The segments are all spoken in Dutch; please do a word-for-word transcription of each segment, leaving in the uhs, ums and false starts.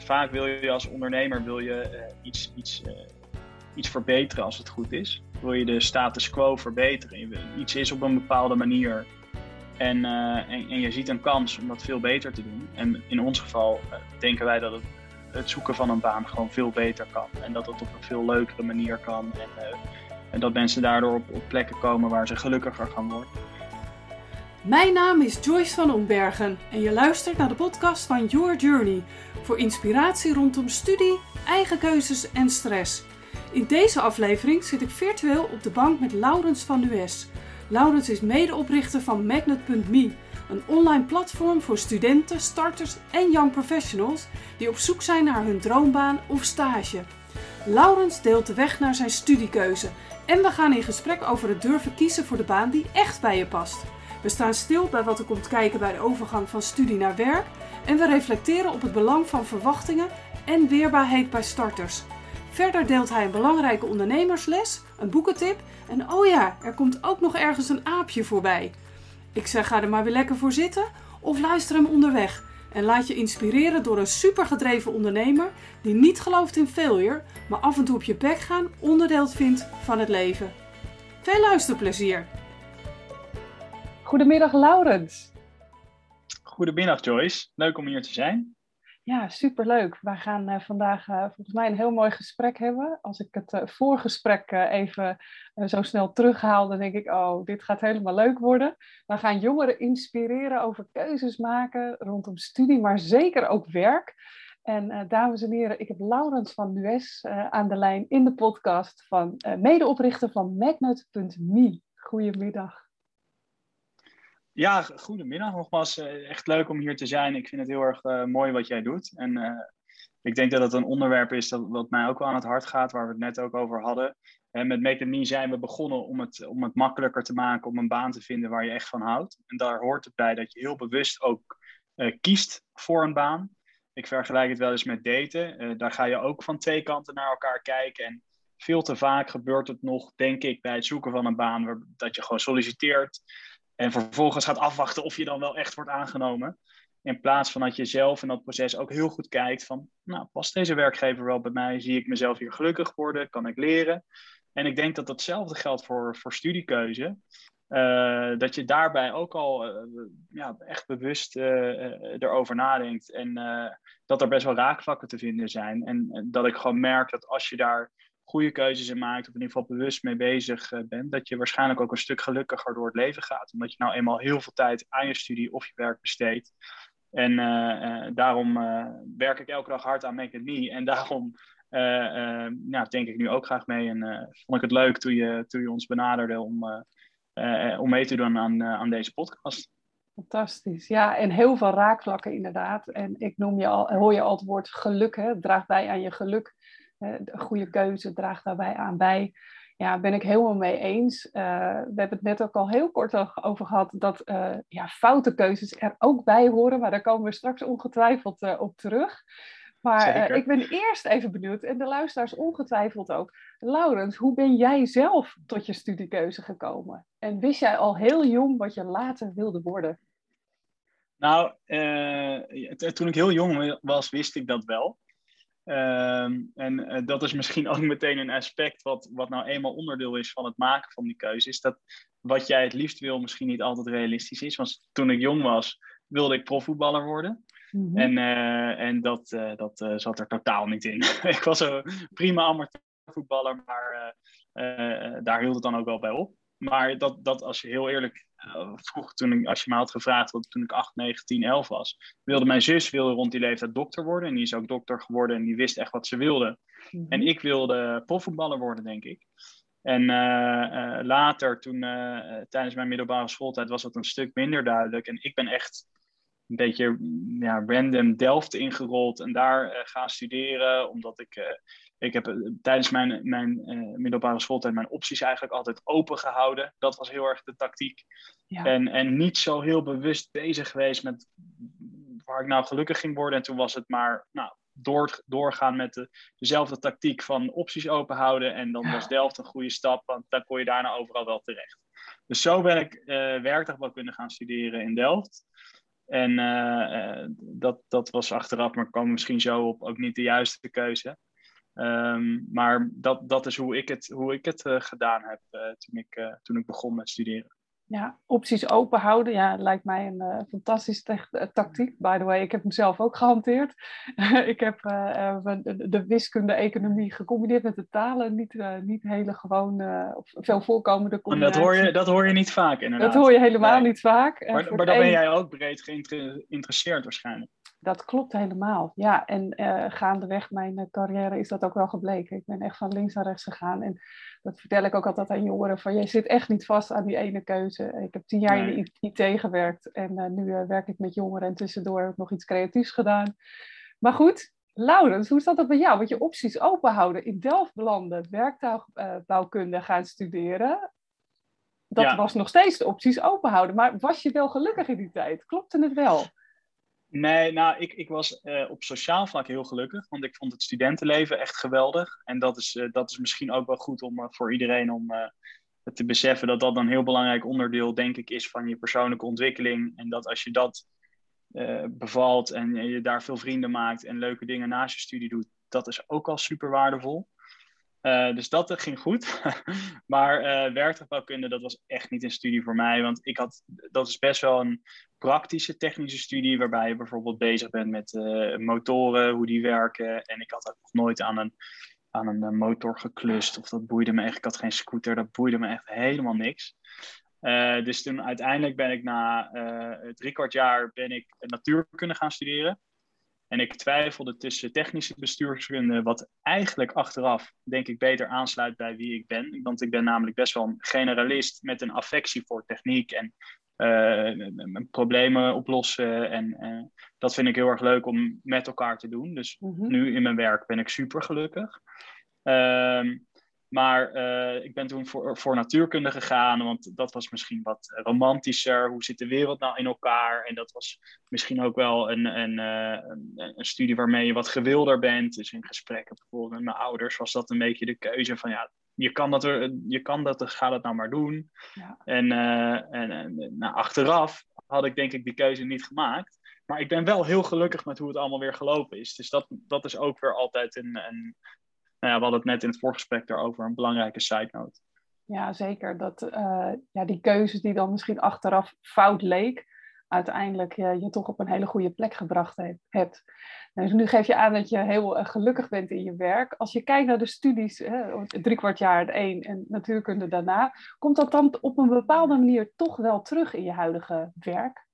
vaak wil je als ondernemer wil je, uh, iets, iets, uh, iets verbeteren als het goed is. Wil je de status quo verbeteren. Je wil, iets is op een bepaalde manier. En, uh, en, en je ziet een kans om dat veel beter te doen. En in ons geval uh, denken wij dat het, het zoeken van een baan gewoon veel beter kan. En dat het op een veel leukere manier kan. En, uh, en dat mensen daardoor op, op plekken komen waar ze gelukkiger gaan worden. Mijn naam is Joyce van Ombergen en je luistert naar de podcast van Your Journey. Voor inspiratie rondom studie, eigen keuzes en stress. In deze aflevering zit ik virtueel op de bank met Laurens van Nues. Laurens is medeoprichter van Magnet punt me, een online platform voor studenten, starters en young professionals die op zoek zijn naar hun droombaan of stage. Laurens deelt de weg naar zijn studiekeuze en we gaan in gesprek over het durven kiezen voor de baan die echt bij je past. We staan stil bij wat er komt kijken bij de overgang van studie naar werk en we reflecteren op het belang van verwachtingen en weerbaarheid bij starters. Verder deelt hij een belangrijke ondernemersles, een boekentip en oh ja, er komt ook nog ergens een aapje voorbij. Ik zeg ga er maar weer lekker voor zitten of luister hem onderweg en laat je inspireren door een supergedreven ondernemer die niet gelooft in failure, maar af en toe op je bek gaan onderdeel vindt van het leven. Veel luisterplezier! Goedemiddag Laurens. Goedemiddag Joyce, leuk om hier te zijn. Ja, superleuk. Wij gaan uh, vandaag uh, volgens mij een heel mooi gesprek hebben. Als ik het uh, voorgesprek uh, even uh, zo snel terughaal, dan denk ik, oh, dit gaat helemaal leuk worden. We gaan jongeren inspireren over keuzes maken rondom studie, maar zeker ook werk. En uh, dames en heren, ik heb Laurens van Nues uh, aan de lijn in de podcast van uh, medeoprichter van Magnet punt me. Goedemiddag. Ja, goedemiddag nogmaals. Echt leuk om hier te zijn. Ik vind het heel erg uh, mooi wat jij doet. En uh, ik denk dat het een onderwerp is dat wat mij ook wel aan het hart gaat, waar we het net ook over hadden. En met Make It Me zijn we begonnen om het, om het makkelijker te maken om een baan te vinden waar je echt van houdt. En daar hoort het bij dat je heel bewust ook uh, kiest voor een baan. Ik vergelijk het wel eens met daten. Uh, daar ga je ook van twee kanten naar elkaar kijken. En veel te vaak gebeurt het nog, denk ik, bij het zoeken van een baan, waar, dat je gewoon solliciteert. En vervolgens gaat afwachten of je dan wel echt wordt aangenomen. In plaats van dat je zelf in dat proces ook heel goed kijkt van, nou, past deze werkgever wel bij mij? Zie ik mezelf hier gelukkig worden? Kan ik leren? En ik denk dat datzelfde geldt voor, voor studiekeuze. Uh, dat je daarbij ook al uh, ja, echt bewust uh, uh, erover nadenkt. En uh, dat er best wel raakvlakken te vinden zijn. En, en dat ik gewoon merk dat als je daar goede keuzes in maakt, of in ieder geval bewust mee bezig uh, bent, dat je waarschijnlijk ook een stuk gelukkiger door het leven gaat. Omdat je nou eenmaal heel veel tijd aan je studie of je werk besteedt. En uh, uh, daarom uh, werk ik elke dag hard aan Make It Me. En daarom uh, uh, nou, denk ik nu ook graag mee. En uh, vond ik het leuk toen je, toen je ons benaderde om, uh, uh, om mee te doen aan, uh, aan deze podcast. Fantastisch. Ja, en heel veel raakvlakken inderdaad. En ik noem je al, hoor je al het woord geluk, hè? Het draagt bij aan je geluk. De goede keuze draagt daarbij aan bij. Ja, ben ik helemaal mee eens. Uh, we hebben het net ook al heel kort over gehad dat uh, ja, foute keuzes er ook bij horen. Maar daar komen we straks ongetwijfeld uh, op terug. Maar uh, ik ben eerst even benieuwd, en de luisteraars ongetwijfeld ook. Laurens, hoe ben jij zelf tot je studiekeuze gekomen? En wist jij al heel jong wat je later wilde worden? Nou, uh, toen ik heel jong was, wist ik dat wel. Um, en uh, dat is misschien ook meteen een aspect wat, wat nou eenmaal onderdeel is van het maken van die keuze. Is dat wat jij het liefst wil misschien niet altijd realistisch is. Want toen ik jong was, wilde ik profvoetballer worden. Mm-hmm. En, uh, en dat, uh, dat uh, zat er totaal niet in. Ik was een prima amateurvoetballer, maar uh, uh, daar hield het dan ook wel bij op. Maar dat, dat als je heel eerlijk uh, vroeg, toen ik, als je me had gevraagd wat, toen ik acht, negen, tien, elf was, wilde mijn zus wilde rond die leeftijd dokter worden. En die is ook dokter geworden en die wist echt wat ze wilde. Mm-hmm. En ik wilde profvoetballer worden, denk ik. En uh, uh, later, toen uh, tijdens mijn middelbare schooltijd, was dat een stuk minder duidelijk. En ik ben echt een beetje ja, random Delft ingerold en daar uh, gaan studeren, omdat ik... Uh, Ik heb uh, tijdens mijn, mijn uh, middelbare schooltijd mijn opties eigenlijk altijd open gehouden. Dat was heel erg de tactiek. Ja. En, en niet zo heel bewust bezig geweest met waar ik nou gelukkig ging worden. En toen was het maar nou, door, doorgaan met de, dezelfde tactiek van opties open houden. En dan ja. was Delft een goede stap, want dan kon je daarna overal wel terecht. Dus zo ben ik uh, werktuigbouwkunde gaan studeren in Delft. En uh, uh, dat, dat was achteraf, maar kwam misschien zo op ook niet de juiste keuze. Um, maar dat, dat is hoe ik het, hoe ik het uh, gedaan heb uh, toen, ik, uh, toen ik begon met studeren. Ja, opties open houden, ja, lijkt mij een uh, fantastische te- tactiek. By the way, ik heb hem zelf ook gehanteerd. ik heb uh, uh, de, de wiskunde, economie gecombineerd met de talen. Niet, uh, niet hele gewoon, uh, of veel voorkomende combinaties. En dat hoor je, dat hoor je niet vaak, inderdaad. Dat hoor je helemaal nee. niet vaak. Uh, maar maar dan een... ben jij ook breed geïnteresseerd waarschijnlijk. Dat klopt helemaal, ja. En uh, gaandeweg mijn uh, carrière is dat ook wel gebleken. Ik ben echt van links naar rechts gegaan. En dat vertel ik ook altijd aan jongeren. Van, je zit echt niet vast aan die ene keuze. Ik heb tien jaar nee. in de I T gewerkt. En uh, nu uh, werk ik met jongeren. En tussendoor heb ik nog iets creatiefs gedaan. Maar goed, Laurens, hoe staat dat bij jou? Want je opties open houden. In Delft belanden, werktuigbouwkunde uh, gaan studeren. Dat ja. was nog steeds de opties open houden. Maar was je wel gelukkig in die tijd? Klopte het wel? Nee, nou, ik, ik was uh, op sociaal vlak heel gelukkig, want ik vond het studentenleven echt geweldig. En dat is, uh, dat is misschien ook wel goed om, uh, voor iedereen om uh, te beseffen dat dat een heel belangrijk onderdeel, denk ik, is van je persoonlijke ontwikkeling. En dat als je dat uh, bevalt en je daar veel vrienden maakt en leuke dingen naast je studie doet, dat is ook al super waardevol. Uh, dus dat uh, ging goed. maar uh, werktuigbouwkunde, dat was echt niet een studie voor mij. Want ik had, dat is best wel een praktische technische studie, waarbij je bijvoorbeeld bezig bent met uh, motoren, hoe die werken. En ik had ook nog nooit aan een, aan een uh, motor geklust. Of dat boeide me echt. Ik had geen scooter, dat boeide me echt helemaal niks. Uh, dus toen uiteindelijk ben ik na uh, drie kwart jaar ben ik natuurkunde gaan studeren. En ik twijfelde tussen technische bestuurskunde, wat eigenlijk achteraf, denk ik, beter aansluit bij wie ik ben. Want ik ben namelijk best wel een generalist met een affectie voor techniek en uh, problemen oplossen. En uh, dat vind ik heel erg leuk om met elkaar te doen. Dus mm-hmm. nu in mijn werk ben ik super gelukkig. Uh, Maar uh, ik ben toen voor, voor natuurkunde gegaan, want dat was misschien wat romantischer. Hoe zit de wereld nou in elkaar? En dat was misschien ook wel een, een, een, een studie waarmee je wat gewilder bent. Dus in gesprekken bijvoorbeeld met mijn ouders was dat een beetje de keuze van ja, je kan dat, je kan dat dus ga dat nou maar doen. Ja. En, uh, en, en nou, achteraf had ik denk ik die keuze niet gemaakt. Maar ik ben wel heel gelukkig met hoe het allemaal weer gelopen is. Dus dat, dat is ook weer altijd een... een Nou ja, we hadden het net in het voorgesprek daarover, een belangrijke side note. Ja, zeker. Dat, uh, ja, die keuzes die dan misschien achteraf fout leek, uiteindelijk uh, je toch op een hele goede plek gebracht he- hebt. Dus nu geef je aan dat je heel uh, gelukkig bent in je werk. Als je kijkt naar de studies, uh, drie kwart jaar het een en natuurkunde daarna, komt dat dan op een bepaalde manier toch wel terug in je huidige werk?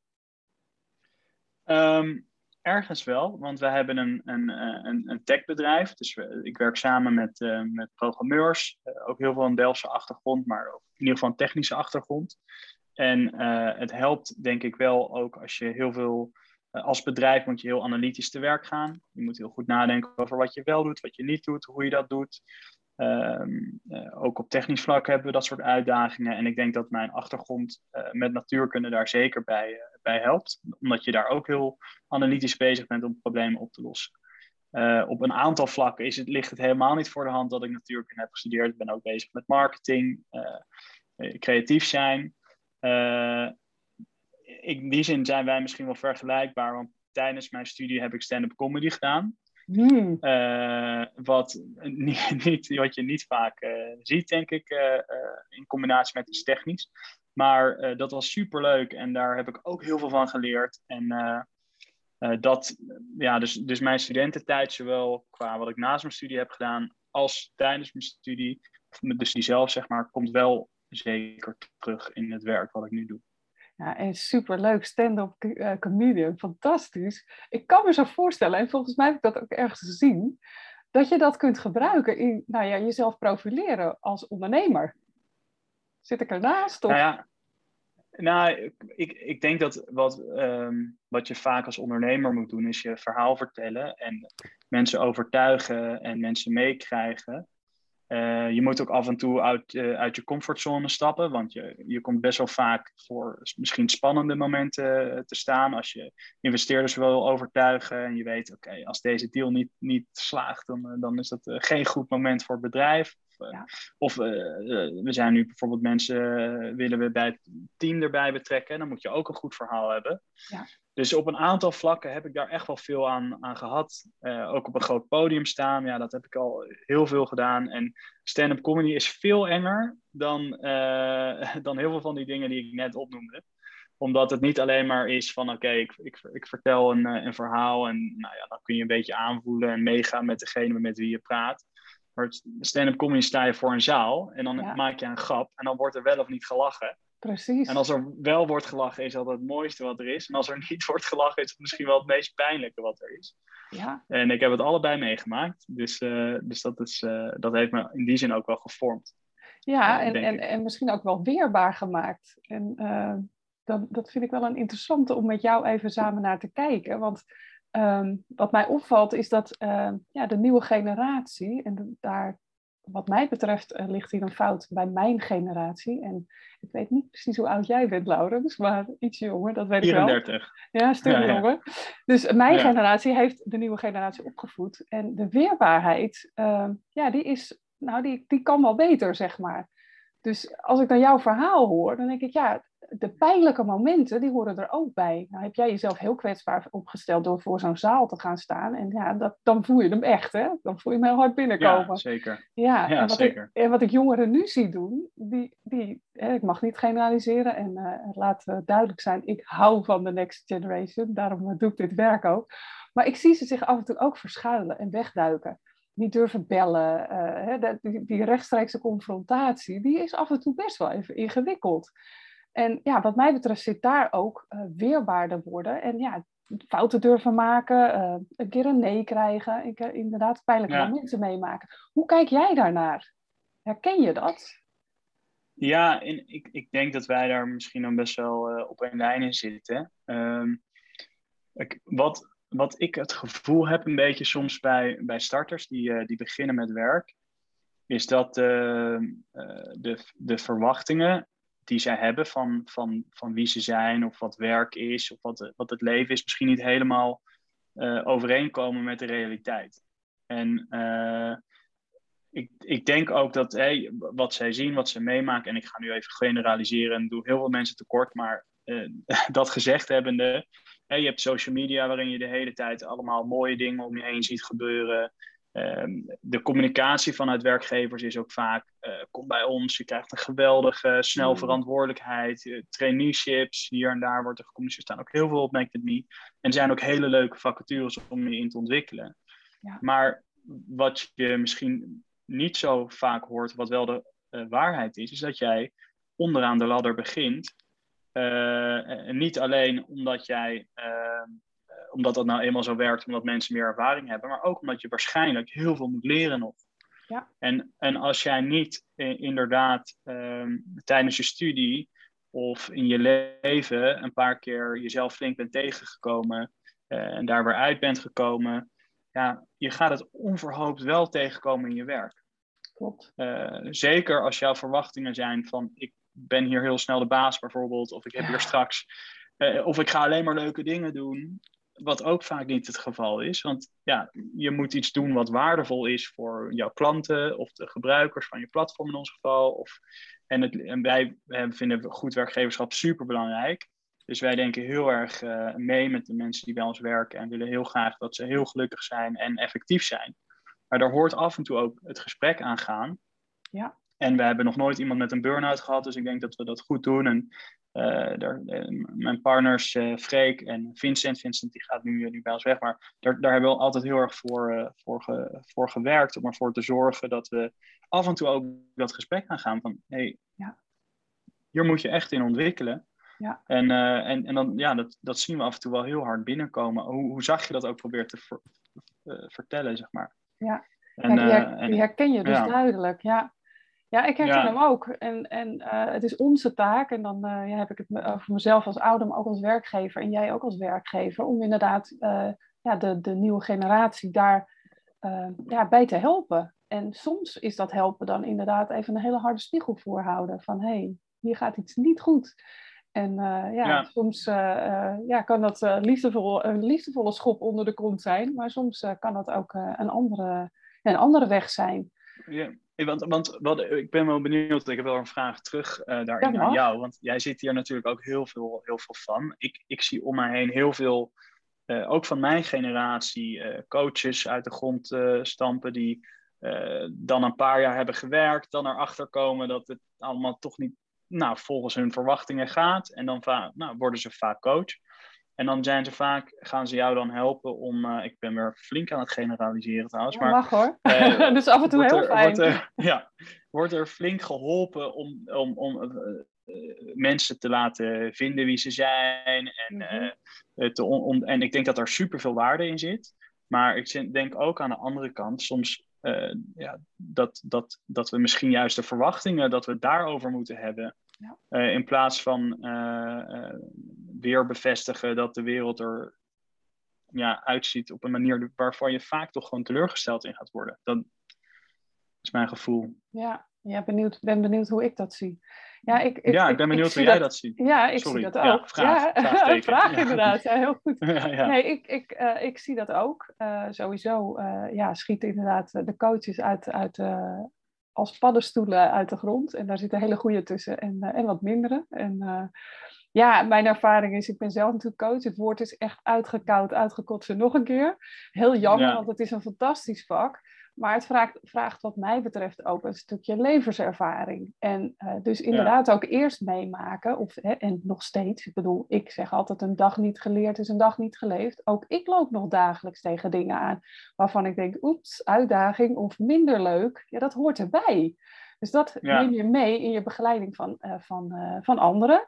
Um... Ergens wel, want we hebben een, een, een, een techbedrijf. Dus we, ik werk samen met, uh, met programmeurs. Uh, ook heel veel een Delftse achtergrond, maar ook in ieder geval een technische achtergrond. En uh, het helpt denk ik wel ook als je heel veel... Uh, als bedrijf moet je heel analytisch te werk gaan. Je moet heel goed nadenken over wat je wel doet, wat je niet doet, hoe je dat doet. Um, uh, ook op technisch vlak hebben we dat soort uitdagingen. En ik denk dat mijn achtergrond uh, met natuurkunde daar zeker bij, uh, bij helpt. Omdat je daar ook heel analytisch bezig bent om problemen op te lossen. Uh, op een aantal vlakken is het, ligt het helemaal niet voor de hand dat ik natuurkunde heb gestudeerd. Ik ben ook bezig met marketing, uh, creatief zijn. Uh, in die zin zijn wij misschien wel vergelijkbaar. Want tijdens mijn studie heb ik stand-up comedy gedaan. Hmm. Uh, wat, niet, niet, wat je niet vaak uh, ziet, denk ik, uh, uh, in combinatie met iets technisch. Maar uh, dat was superleuk en daar heb ik ook heel veel van geleerd. En uh, uh, dat, ja, dus, dus mijn studententijd, zowel qua wat ik naast mijn studie heb gedaan, als tijdens mijn studie, de studie zelf, zeg maar, komt wel zeker terug in het werk wat ik nu doe. Ja, en superleuk, stand-up uh, comedian, fantastisch. Ik kan me zo voorstellen, en volgens mij heb ik dat ook ergens gezien, dat je dat kunt gebruiken in nou ja, jezelf profileren als ondernemer. Zit ik ernaast? Of? Nou ja, nou, ik, ik denk dat wat, um, wat je vaak als ondernemer moet doen, is je verhaal vertellen en mensen overtuigen en mensen meekrijgen. Uh, je moet ook af en toe uit, uh, uit je comfortzone stappen, want je, je komt best wel vaak voor misschien spannende momenten te staan. Als je investeerders wil overtuigen en je weet, oké, okay, als deze deal niet, niet slaagt, dan, dan is dat uh, geen goed moment voor het bedrijf. uh, ja. of uh, uh, we zijn nu bijvoorbeeld mensen, uh, willen we bij het team erbij betrekken. Dan moet je ook een goed verhaal hebben. Ja. Dus op een aantal vlakken heb ik daar echt wel veel aan, aan gehad. Uh, ook op een groot podium staan, ja, dat heb ik al heel veel gedaan. En stand-up comedy is veel enger dan, uh, dan heel veel van die dingen die ik net opnoemde. Omdat het niet alleen maar is van, oké, okay, ik, ik, ik vertel een, een verhaal en nou ja, dan kun je een beetje aanvoelen en meegaan met degene met wie je praat. Maar stand-up comedy sta je voor een zaal en dan ja. maak je een grap en dan wordt er wel of niet gelachen. Precies. En als er wel wordt gelachen, is dat het mooiste wat er is. En als er niet wordt gelachen, is het misschien wel het meest pijnlijke wat er is. Ja. En ik heb het allebei meegemaakt. Dus, uh, dus dat, is, uh, dat heeft me in die zin ook wel gevormd. Ja, uh, en, en, en misschien ook wel weerbaar gemaakt. En uh, dat, dat vind ik wel een interessante om met jou even samen naar te kijken. Want um, wat mij opvalt is dat uh, ja, de nieuwe generatie, en de, daar... Wat mij betreft uh, ligt hier een fout bij mijn generatie. En ik weet niet precies hoe oud jij bent, Laurens, maar iets jonger, dat weet vierendertig. Ik wel. Ja, een stuk ja, ja. jonger. Dus mijn ja. generatie heeft de nieuwe generatie opgevoed. En de weerbaarheid, uh, ja, die is, nou, die, die kan wel beter, zeg maar. Dus als ik dan jouw verhaal hoor, dan denk ik, ja, de pijnlijke momenten, die horen er ook bij. Nou heb jij jezelf heel kwetsbaar opgesteld door voor zo'n zaal te gaan staan. En ja, dat, dan voel je hem echt, hè? Dan voel je hem heel hard binnenkomen. Ja, zeker. Ja, ja en, wat zeker. Ik, en wat ik jongeren nu zie doen, die, die, hè, ik mag niet generaliseren en uh, laat uh, duidelijk zijn, ik hou van de next generation, daarom uh, doe ik dit werk ook. Maar ik zie ze zich af en toe ook verschuilen en wegduiken. Niet durven bellen. Uh, hè, die, die rechtstreekse confrontatie, die is af en toe best wel even ingewikkeld. En ja, wat mij betreft zit daar ook uh, weerbaarder worden. En ja, fouten durven maken, uh, een keer een nee krijgen. Ik, uh, inderdaad pijnlijke ja. momenten meemaken. Hoe kijk jij daarnaar? Herken je dat? Ja, en ik, ik denk dat wij daar misschien dan best wel uh, op een lijn in zitten. Um, ik, wat, wat ik het gevoel heb een beetje soms bij, bij starters die, uh, die beginnen met werk, is dat uh, uh, de, de verwachtingen die zij hebben van, van, van wie ze zijn of wat werk is of wat, wat het leven is, misschien niet helemaal uh, overeenkomen met de realiteit. En uh, ik, ik denk ook dat hey, wat zij zien, wat ze meemaken, en ik ga nu even generaliseren en doe heel veel mensen tekort, maar uh, dat gezegd hebbende, hey, je hebt social media waarin je de hele tijd allemaal mooie dingen om je heen ziet gebeuren. Um, de communicatie vanuit werkgevers is ook vaak, uh, kom bij ons, je krijgt een geweldige, snel verantwoordelijkheid, uh, traineeships, hier en daar wordt er gecommuniceerd, er staan ook heel veel op Make It Me. En er zijn ook hele leuke vacatures om je in te ontwikkelen. Ja. Maar wat je misschien niet zo vaak hoort, wat wel de uh, waarheid is, is dat jij onderaan de ladder begint. Uh, en niet alleen omdat jij... Uh, omdat dat nou eenmaal zo werkt, omdat mensen meer ervaring hebben, maar ook omdat je waarschijnlijk heel veel moet leren nog. Ja. En, en als jij niet eh, inderdaad eh, tijdens je studie of in je leven een paar keer jezelf flink bent tegengekomen eh, en daar weer uit bent gekomen, ja, je gaat het onverhoopt wel tegenkomen in je werk. Klopt. Uh, zeker als jouw verwachtingen zijn van, ik ben hier heel snel de baas bijvoorbeeld, of ik heb ja. hier straks, uh, of ik ga alleen maar leuke dingen doen. Wat ook vaak niet het geval is. Want ja, je moet iets doen wat waardevol is voor jouw klanten of de gebruikers van je platform in ons geval. Of, en, het, en wij vinden goed werkgeverschap super belangrijk. Dus wij denken heel erg uh, mee met de mensen die bij ons werken en willen heel graag dat ze heel gelukkig zijn en effectief zijn. Maar daar hoort af en toe ook het gesprek aan gaan. Ja. En we hebben nog nooit iemand met een burn-out gehad, dus ik denk dat we dat goed doen. En uh, daar, uh, mijn partners uh, Freek en Vincent, Vincent die gaat nu, nu bij ons weg, maar daar, daar hebben we altijd heel erg voor, uh, voor, ge, voor gewerkt, om ervoor te zorgen dat we af en toe ook dat gesprek aangaan van, hé, hey, ja. hier moet je echt in ontwikkelen. Ja. En, uh, en, en dan, ja, dat, dat zien we af en toe wel heel hard binnenkomen. Hoe, hoe zag je dat ook probeert te ver, uh, vertellen, zeg maar. Ja, en, ja die, her, uh, die herken je dus ja. duidelijk, ja. Ja, ik herken ja. hem ook. En, en uh, het is onze taak, en dan uh, ja, heb ik het over mezelf als ouder, maar ook als werkgever, en jij ook als werkgever, om inderdaad uh, ja, de, de nieuwe generatie daar uh, ja, bij te helpen. En soms is dat helpen dan inderdaad even een hele harde spiegel voorhouden van, hé, hey, hier gaat iets niet goed. En uh, ja, ja, soms uh, uh, ja, kan dat uh, liefdevol, een liefdevolle schop onder de kont zijn, maar soms uh, kan dat ook uh, een, andere, een andere weg zijn. Ja, want, want wat, ik ben wel benieuwd, ik heb wel een vraag terug uh, daarin Ja, aan mag. jou. Want jij ziet hier natuurlijk ook heel veel, heel veel van. Ik, ik zie om mij heen heel veel, uh, ook van mijn generatie, uh, coaches uit de grond uh, stampen die uh, dan een paar jaar hebben gewerkt, dan erachter komen dat het allemaal toch niet nou, volgens hun verwachtingen gaat. En dan va- nou, worden ze vaak coach. En dan zijn ze vaak, gaan ze jou dan helpen om, uh, ik ben weer flink aan het generaliseren trouwens, Ja, maar mag hoor. uh, dus af en toe wordt heel er, fijn. Wordt er, ja, wordt er flink geholpen om, om, om uh, uh, mensen te laten vinden wie ze zijn. En, Mm-hmm. uh, te on, om, en ik denk dat daar super veel waarde in zit. Maar ik denk ook aan de andere kant soms uh, ja, dat, dat, dat we misschien juist de verwachtingen, dat we het daarover moeten hebben. Ja. Uh, in plaats van uh, uh, weer bevestigen dat de wereld er ja, uitziet op een manier waarvan je vaak toch gewoon teleurgesteld in gaat worden. Dat is mijn gevoel. Ja, ja benieuwd, ben benieuwd hoe ik dat zie. Ja, ik, ik, ja, ik ben benieuwd ik, ik hoe jij dat, dat ziet. Ja, ik Sorry. zie dat Ja, ook. vraag, ja, vraag, vraag ja. inderdaad. Ja, heel goed. ja, ja. Nee, ik, ik, uh, ik zie dat ook. Uh, sowieso uh, ja, schieten inderdaad de coaches uit, uit, uh, als paddenstoelen uit de grond. En daar zitten hele goede tussen en, uh, en wat mindere. En uh, ja, mijn ervaring is, ik ben zelf natuurlijk coach. Het woord is echt uitgekoud, uitgekotst nog een keer. Heel jammer, ja. Want het is een fantastisch vak. Maar het vraagt, vraagt wat mij betreft ook een stukje levenservaring. En uh, dus inderdaad ja. ook eerst meemaken. Of, hè, en nog steeds. Ik bedoel, ik zeg altijd een dag niet geleerd is een dag niet geleefd. Ook ik loop nog dagelijks tegen dingen aan. Waarvan ik denk, oeps, uitdaging of minder leuk. Ja, dat hoort erbij. Dus dat ja. neem je mee in je begeleiding van, uh, van, uh, van anderen.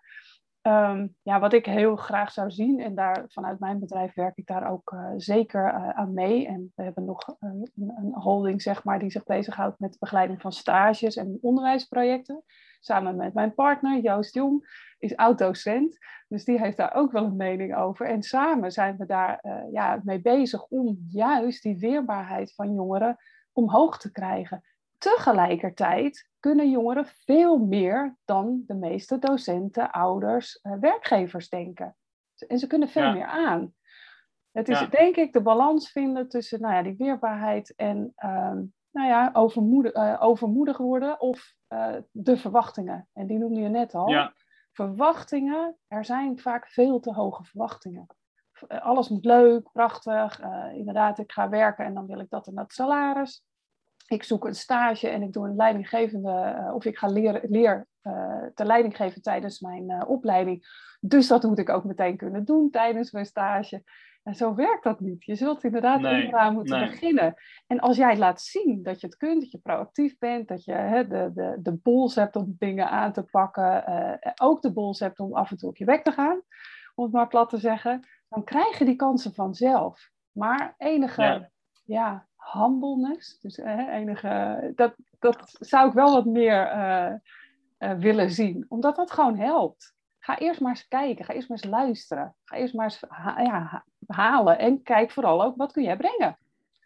Um, ja, wat ik heel graag zou zien, en daar, vanuit mijn bedrijf werk ik daar ook uh, zeker uh, aan mee. En we hebben nog uh, een, een holding, zeg maar, die zich bezighoudt met de begeleiding van stages en onderwijsprojecten. Samen met mijn partner, Joost Jong, is oud-docent. Dus die heeft daar ook wel een mening over. En samen zijn we daar uh, ja, mee bezig om juist die weerbaarheid van jongeren omhoog te krijgen. Tegelijkertijd kunnen jongeren veel meer dan de meeste docenten, ouders, uh, werkgevers denken. En ze kunnen veel ja. meer aan. Het is ja. denk ik de balans vinden tussen nou ja, die weerbaarheid en um, nou ja, overmoedig, uh, overmoedig worden of uh, de verwachtingen. En die noemde je net al. Ja. Verwachtingen, er zijn vaak veel te hoge verwachtingen. Alles moet leuk, prachtig. Uh, inderdaad, ik ga werken en dan wil ik dat en dat salaris. Ik zoek een stage en ik doe een leidinggevende, uh, of ik ga leren, leer uh, te leiding geven tijdens mijn uh, opleiding. Dus dat moet ik ook meteen kunnen doen tijdens mijn stage. En zo werkt dat niet. Je zult inderdaad nee, onderaan moeten nee. beginnen. En als jij laat zien dat je het kunt, dat je proactief bent, dat je hè, de, de, de bols hebt om dingen aan te pakken, uh, ook de bols hebt om af en toe op je bek te gaan, om het maar plat te zeggen, dan krijg je die kansen vanzelf. Maar enige... Ja. ja humbleness, dus uh, enige, dat, dat zou ik wel wat meer uh, uh, willen zien. Omdat dat gewoon helpt. Ga eerst maar eens kijken, ga eerst maar eens luisteren. Ga eerst maar eens ha- ja, halen en kijk vooral ook, wat kun jij brengen?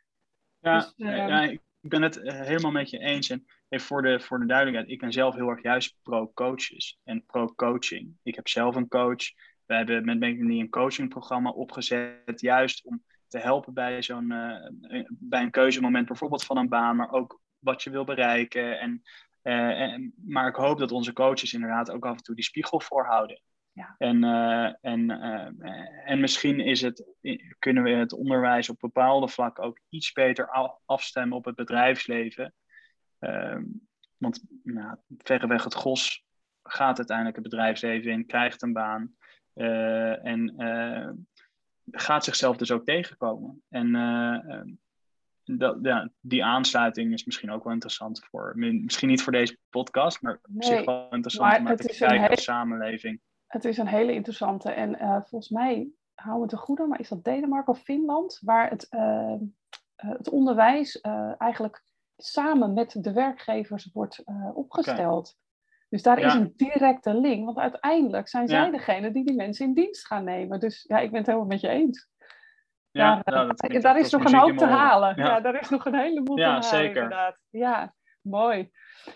Ja, dus, uh, ja ik ben het uh, helemaal met je eens. En even voor de, voor de duidelijkheid, ik ben zelf heel erg juist pro-coaches en pro-coaching. Ik heb zelf een coach. We hebben met Benjamin een coachingprogramma opgezet, juist om te helpen bij zo'n uh, bij een keuzemoment, bijvoorbeeld van een baan, maar ook wat je wil bereiken. En, uh, en, maar ik hoop dat onze coaches inderdaad ook af en toe die spiegel voorhouden. Ja. En, uh, en, uh, en misschien is het, kunnen we het onderwijs op bepaalde vlakken ook iets beter afstemmen op het bedrijfsleven. Uh, want nou, verreweg het gros gaat uiteindelijk het bedrijfsleven in, krijgt een baan. Uh, en uh, gaat zichzelf dus ook tegenkomen. En uh, dat, ja, die aansluiting is misschien ook wel interessant voor, misschien niet voor deze podcast, maar op nee, zich wel interessant om naar te kijken hele, als samenleving. Het is een hele interessante en uh, volgens mij, hou me te goede, maar is dat Denemarken of Finland, waar het, uh, uh, het onderwijs uh, eigenlijk samen met de werkgevers wordt uh, opgesteld. Okay. Dus daar ja. is een directe link, want uiteindelijk zijn zij ja. degene die die mensen in dienst gaan nemen. Dus ja, ik ben het helemaal met je eens. Ja, daar nou, dat daar is nog een hoop te halen. Ja. ja, daar is nog een heleboel ja, te halen zeker. inderdaad. Ja, mooi.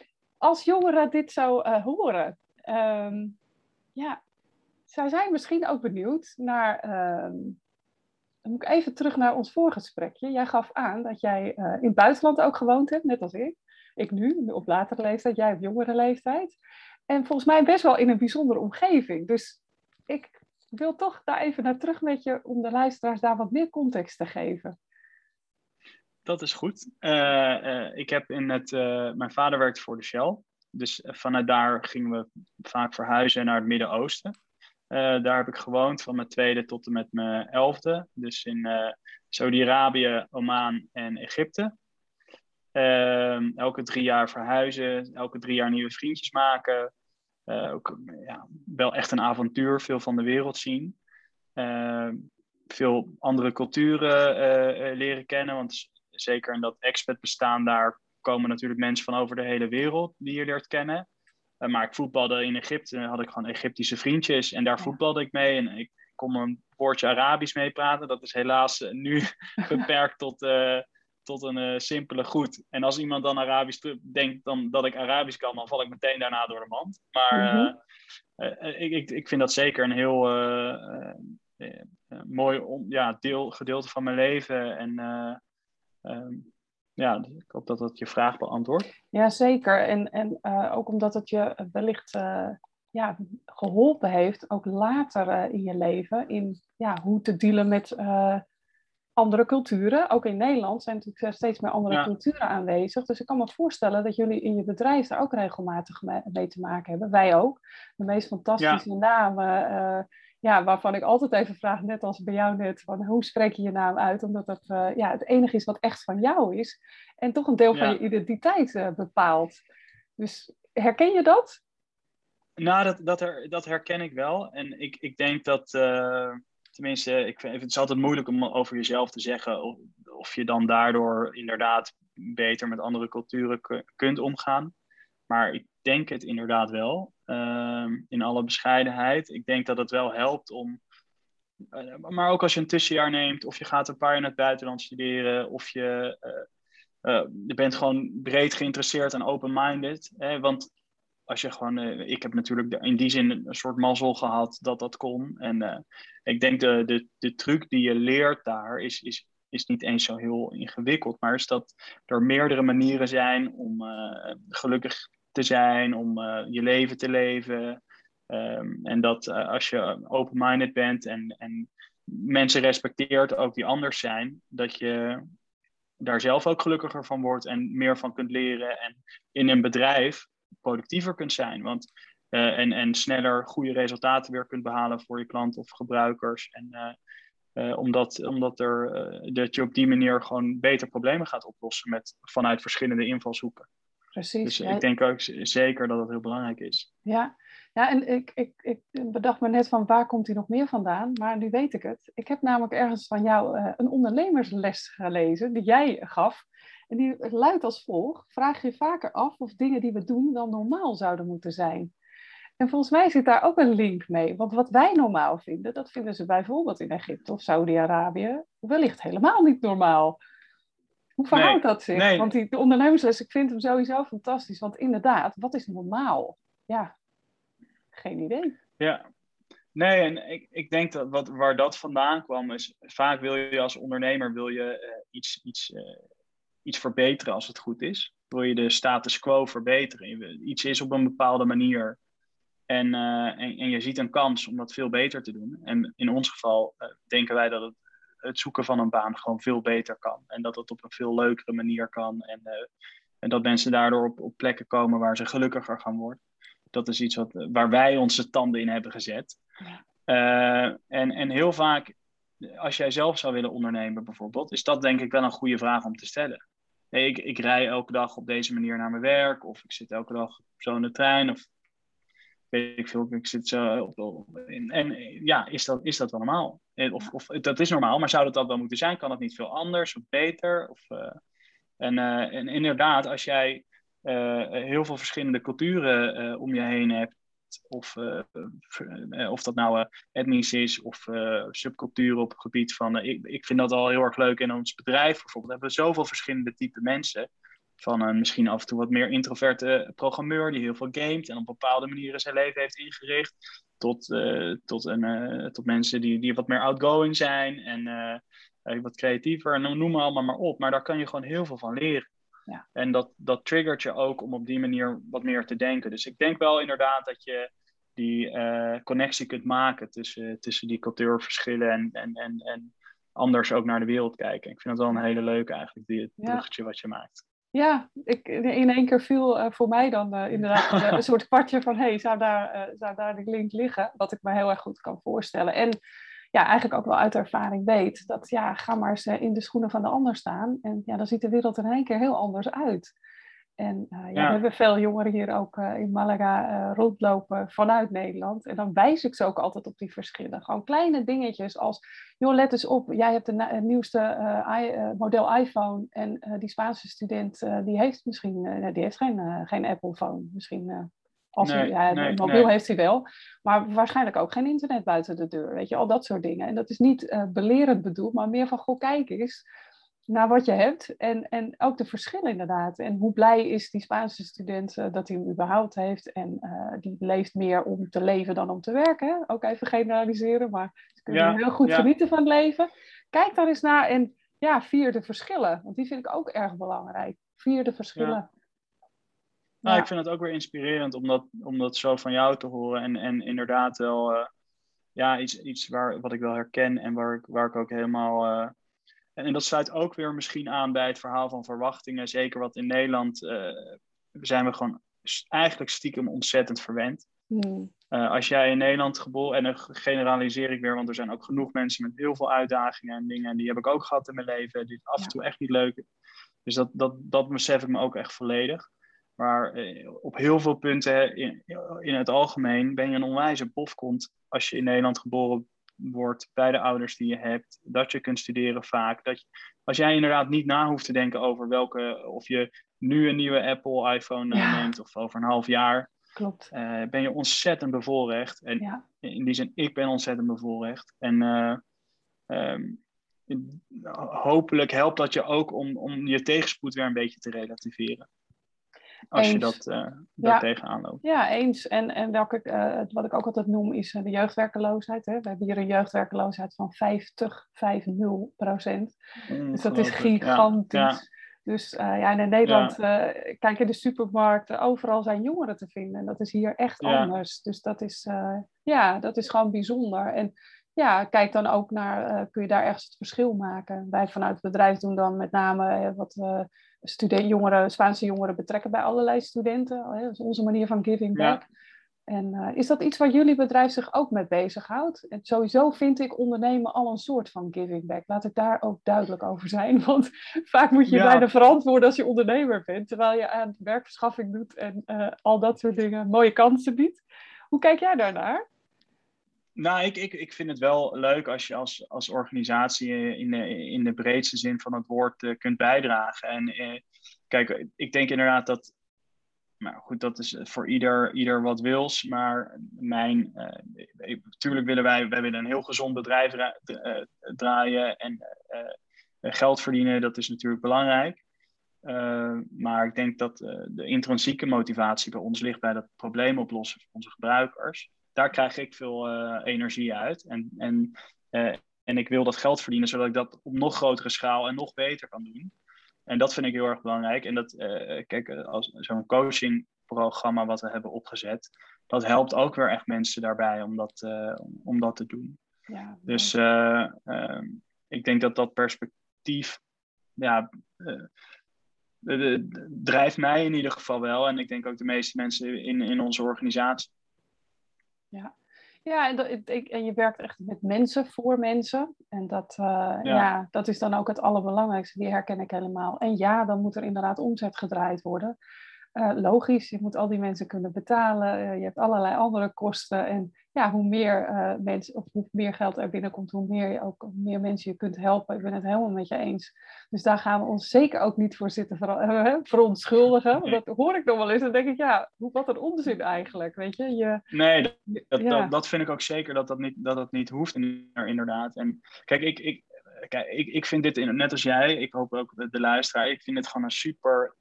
Als jongeren dit zo uh, horen, um, ja, zij zijn misschien ook benieuwd naar... Um, dan moet ik even terug naar ons voorgesprekje. Jij gaf aan dat jij uh, in het buitenland ook gewoond hebt, net als ik. Ik nu, op latere leeftijd, jij op jongere leeftijd. En volgens mij best wel in een bijzondere omgeving. Dus ik wil toch daar even naar terug met je om de luisteraars daar wat meer context te geven. Dat is goed. Uh, uh, ik heb in het, uh, mijn vader werkte voor de Shell. Dus uh, vanuit daar gingen we vaak verhuizen naar het Midden-Oosten. Uh, daar heb ik gewoond van mijn tweede tot en met mijn elfde. Dus in uh, Saudi-Arabië, Oman en Egypte. Uh, elke drie jaar verhuizen, elke drie jaar nieuwe vriendjes maken. Uh, ook ja, wel echt een avontuur, veel van de wereld zien. Uh, veel andere culturen uh, uh, leren kennen, want zeker in dat expat bestaan, daar komen natuurlijk mensen van over de hele wereld die je leert kennen. Uh, maar ik voetbalde in Egypte, had ik gewoon Egyptische vriendjes en daar ja. voetbalde ik mee. En ik kon een woordje Arabisch meepraten. Dat is helaas uh, nu beperkt tot, uh, tot een uh, simpele goed. En als iemand dan Arabisch denkt dan, dat ik Arabisch kan, dan val ik meteen daarna door de mand. Maar uh, mm-hmm. uh, ik, ik, ik vind dat zeker een heel uh, uh, uh, mooi on, ja, deel, gedeelte van mijn leven. En uh, um, ja, ik hoop dat dat je vraag beantwoordt. Ja, zeker. En, en uh, ook omdat het je wellicht uh, ja, geholpen heeft, ook later uh, in je leven, in ja, hoe te dealen met uh, andere culturen. Ook in Nederland zijn natuurlijk steeds meer andere ja. culturen aanwezig. Dus ik kan me voorstellen dat jullie in je bedrijf daar ook regelmatig mee, mee te maken hebben. Wij ook. De meest fantastische ja. namen, uh, ja, waarvan ik altijd even vraag, net als bij jou net, van hoe spreek je je naam uit? Omdat dat uh, ja, het enige is wat echt van jou is. En toch een deel van ja. je identiteit uh, bepaalt. Dus herken je dat? Nou, dat, dat, her, dat herken ik wel. En ik, ik denk dat, uh, tenminste, ik vind, het is altijd moeilijk om over jezelf te zeggen of, of je dan daardoor inderdaad beter met andere culturen k- kunt omgaan. Maar ik denk het inderdaad wel, uh, in alle bescheidenheid. Ik denk dat het wel helpt om, uh, maar ook als je een tussenjaar neemt, of je gaat een paar jaar naar het buitenland studeren, of je, uh, uh, je bent gewoon breed geïnteresseerd en open-minded. Hè? Want als je gewoon, uh, ik heb natuurlijk in die zin een soort mazzel gehad dat dat kon. En uh, ik denk de, de, de truc die je leert daar is, is, is niet eens zo heel ingewikkeld, maar is dat er meerdere manieren zijn om uh, gelukkig te zijn, om uh, je leven te leven. Um, en dat uh, als je open-minded bent en, en mensen respecteert ook die anders zijn, dat je daar zelf ook gelukkiger van wordt en meer van kunt leren en in een bedrijf productiever kunt zijn. Want, uh, en, en sneller goede resultaten weer kunt behalen voor je klant of gebruikers. En uh, uh, omdat, omdat er, uh, dat je op die manier gewoon beter problemen gaat oplossen met, vanuit verschillende invalshoeken. Precies. Dus ja. ik denk ook zeker dat dat heel belangrijk is. Ja, ja en ik, ik, ik bedacht me net van waar komt hij nog meer vandaan, maar nu weet ik het. Ik heb namelijk ergens van jou uh, een ondernemersles gelezen die jij gaf. En die luidt als volgt: vraag je vaker af of dingen die we doen wel normaal zouden moeten zijn. En volgens mij zit daar ook een link mee. Want wat wij normaal vinden, dat vinden ze bijvoorbeeld in Egypte of Saudi-Arabië wellicht helemaal niet normaal. Hoe verhoudt nee, dat zich? Nee. Want die de ondernemersles, ik vind hem sowieso fantastisch. Want inderdaad, wat is normaal? Ja, geen idee. Ja, nee, en ik, ik denk dat wat, waar dat vandaan kwam is, vaak wil je als ondernemer wil je, uh, iets, iets, uh, iets verbeteren als het goed is. Wil je de status quo verbeteren. Iets is op een bepaalde manier. En, uh, en, en je ziet een kans om dat veel beter te doen. En in ons geval uh, denken wij dat het het zoeken van een baan gewoon veel beter kan. En dat het op een veel leukere manier kan. En, uh, en dat mensen daardoor op, op plekken komen waar ze gelukkiger gaan worden. Dat is iets wat, waar wij onze tanden in hebben gezet. Ja. Uh, en, en heel vaak, als jij zelf zou willen ondernemen bijvoorbeeld, is dat denk ik wel een goede vraag om te stellen. Hey, ik, ik rij elke dag op deze manier naar mijn werk. Of ik zit elke dag zo in de trein. Of weet ik veel, ik zit zo op, op in, en ja, is dat, is dat wel normaal? Of, of dat is normaal, maar zou dat dat wel moeten zijn? Kan het niet veel anders of beter? Of, uh, en, uh, en inderdaad, als jij uh, heel veel verschillende culturen uh, om je heen hebt, of, uh, uh, of dat nou uh, etnisch is of uh, subculturen op het gebied van, uh, ik, ik vind dat al heel erg leuk in ons bedrijf bijvoorbeeld, hebben we zoveel verschillende type mensen. Van een misschien af en toe wat meer introverte programmeur die heel veel gamet en op bepaalde manieren zijn leven heeft ingericht. Tot, uh, tot, een, uh, tot mensen die, die wat meer outgoing zijn en uh, uh, wat creatiever. En noem maar allemaal maar op. Maar daar kan je gewoon heel veel van leren. Ja. En dat, dat triggert je ook om op die manier wat meer te denken. Dus ik denk wel inderdaad dat je die uh, connectie kunt maken tussen, tussen die cultuurverschillen en, en, en, en anders ook naar de wereld kijken. Ik vind het wel een hele leuke eigenlijk, die, het bruggetje ja. wat je maakt. Ja, ik, in één keer viel uh, voor mij dan uh, inderdaad uh, een soort kwartje van, hé, hey, zou, daar, uh, zou daar de link liggen? Wat ik me heel erg goed kan voorstellen. En ja, eigenlijk ook wel uit ervaring weet, dat ja, ga maar eens in de schoenen van de ander staan. En ja, dan ziet de wereld er in één keer heel anders uit. En uh, ja, ja. we hebben veel jongeren hier ook uh, in Malaga uh, rondlopen vanuit Nederland. En dan wijs ik ze ook altijd op die verschillen. Gewoon kleine dingetjes als, joh, let eens op, jij hebt de na- nieuwste uh, I- uh, model iPhone. En uh, die Spaanse student, uh, die heeft misschien, uh, die heeft geen, uh, geen Apple phone. Misschien, uh, als nee, hij, ja, nee, mobiel nee. heeft hij wel. Maar waarschijnlijk ook geen internet buiten de deur. Weet je, al dat soort dingen. En dat is niet uh, belerend bedoeld, maar meer van, goh, kijk eens naar wat je hebt en, en ook de verschillen inderdaad. En hoe blij is die Spaanse student uh, dat hij hem überhaupt heeft. En uh, die leeft meer om te leven dan om te werken. Hè? Ook even generaliseren, maar ze kunnen ja, heel goed ja. genieten van het leven. Kijk daar eens naar en ja, vier de verschillen. Want die vind ik ook erg belangrijk. Vier de verschillen. Ja. Nou, ja. Ik vind het ook weer inspirerend om dat, om dat zo van jou te horen. En, en inderdaad wel uh, ja, iets, iets waar, wat ik wel herken en waar ik, waar ik ook helemaal... Uh, En dat sluit ook weer misschien aan bij het verhaal van verwachtingen. Zeker wat in Nederland uh, zijn we gewoon eigenlijk stiekem ontzettend verwend. Mm. Uh, als jij in Nederland geboren, en dan generaliseer ik weer, want er zijn ook genoeg mensen met heel veel uitdagingen en dingen. En die heb ik ook gehad in mijn leven, die af en toe ja. echt niet leuk. Dus dat, dat, dat besef ik me ook echt volledig. Maar uh, op heel veel punten in, in het algemeen ben je een onwijze bofkont als je in Nederland geboren wordt bij de ouders die je hebt, dat je kunt studeren vaak. Dat je, als jij inderdaad niet na hoeft te denken over welke, of je nu een nieuwe Apple iPhone ja. neemt of over een half jaar, klopt. Uh, ben je ontzettend bevoorrecht. En ja. in die zin, ik ben ontzettend bevoorrecht. En uh, um, hopelijk helpt dat je ook om, om je tegenspoed weer een beetje te relativeren. Als eens. je dat uh, daar ja. tegenaan loopt. Ja, eens. En, en welke, uh, wat ik ook altijd noem is uh, de jeugdwerkeloosheid. Hè? We hebben hier een jeugdwerkeloosheid van vijftig, vijftig procent. Dus dat is gigantisch. Ja. Ja. Dus uh, ja, in Nederland, ja. uh, kijk in de supermarkten, overal zijn jongeren te vinden. En dat is hier echt ja. anders. Dus dat is, uh, ja, dat is gewoon bijzonder. En ja, kijk dan ook naar, uh, kun je daar ergens het verschil maken? Wij vanuit het bedrijf doen dan met name uh, wat uh, studenten, jongeren, Spaanse jongeren betrekken bij allerlei studenten. Uh, dat is onze manier van giving back. Ja. En uh, is dat iets waar jullie bedrijf zich ook mee bezighoudt? En sowieso vind ik ondernemen al een soort van giving back. Laat ik daar ook duidelijk over zijn. Want vaak moet je je ja. bijna verantwoorden als je ondernemer bent. Terwijl je aan werkverschaffing doet en uh, al dat soort dingen mooie kansen biedt. Hoe kijk jij daarnaar? Nou, ik, ik, ik vind het wel leuk als je als, als organisatie in de, in de breedste zin van het woord uh, kunt bijdragen. En uh, kijk, ik denk inderdaad dat... Nou goed, dat is voor ieder, ieder wat wils. Maar mijn, uh, natuurlijk willen wij, wij willen een heel gezond bedrijf dra- uh, draaien en uh, geld verdienen. Dat is natuurlijk belangrijk. Uh, maar ik denk dat uh, de intrinsieke motivatie bij ons ligt bij dat probleem oplossen voor onze gebruikers. Daar krijg ik veel uh, energie uit. En, en, uh, en ik wil dat geld verdienen, zodat ik dat op nog grotere schaal en nog beter kan doen. En dat vind ik heel erg belangrijk. En dat, uh, kijk, als zo'n coachingprogramma wat we hebben opgezet, dat helpt ook weer echt mensen daarbij om dat, uh, om dat te doen. Ja, dus uh, uh, ik denk dat dat perspectief, ja, uh, de, de, de, drijft mij in ieder geval wel. En ik denk ook de meeste mensen in, in onze organisatie. Ja. Ja, en, dat, ik, en je werkt echt met mensen, voor mensen. En dat, uh, ja. ja, dat is dan ook het allerbelangrijkste. Die herken ik helemaal. En ja, dan moet er inderdaad omzet gedraaid worden. Uh, logisch, je moet al die mensen kunnen betalen. Uh, je hebt allerlei andere kosten. En ja, hoe meer, uh, mensen, of hoe meer geld er binnenkomt, hoe meer, je ook, hoe meer mensen je kunt helpen. Ik ben het helemaal met je eens. Dus daar gaan we ons zeker ook niet voor zitten ver, uh, verontschuldigen. Want dat hoor ik nog wel eens. Dan denk ik, ja, wat een onzin eigenlijk. Weet je? Je, nee, dat, dat, ja. dat, dat vind ik ook zeker dat dat niet, dat dat niet hoeft inderdaad. En kijk, ik, ik, kijk, ik, ik vind dit, net als jij, ik hoop ook de, de luisteraar, ik vind het gewoon een super...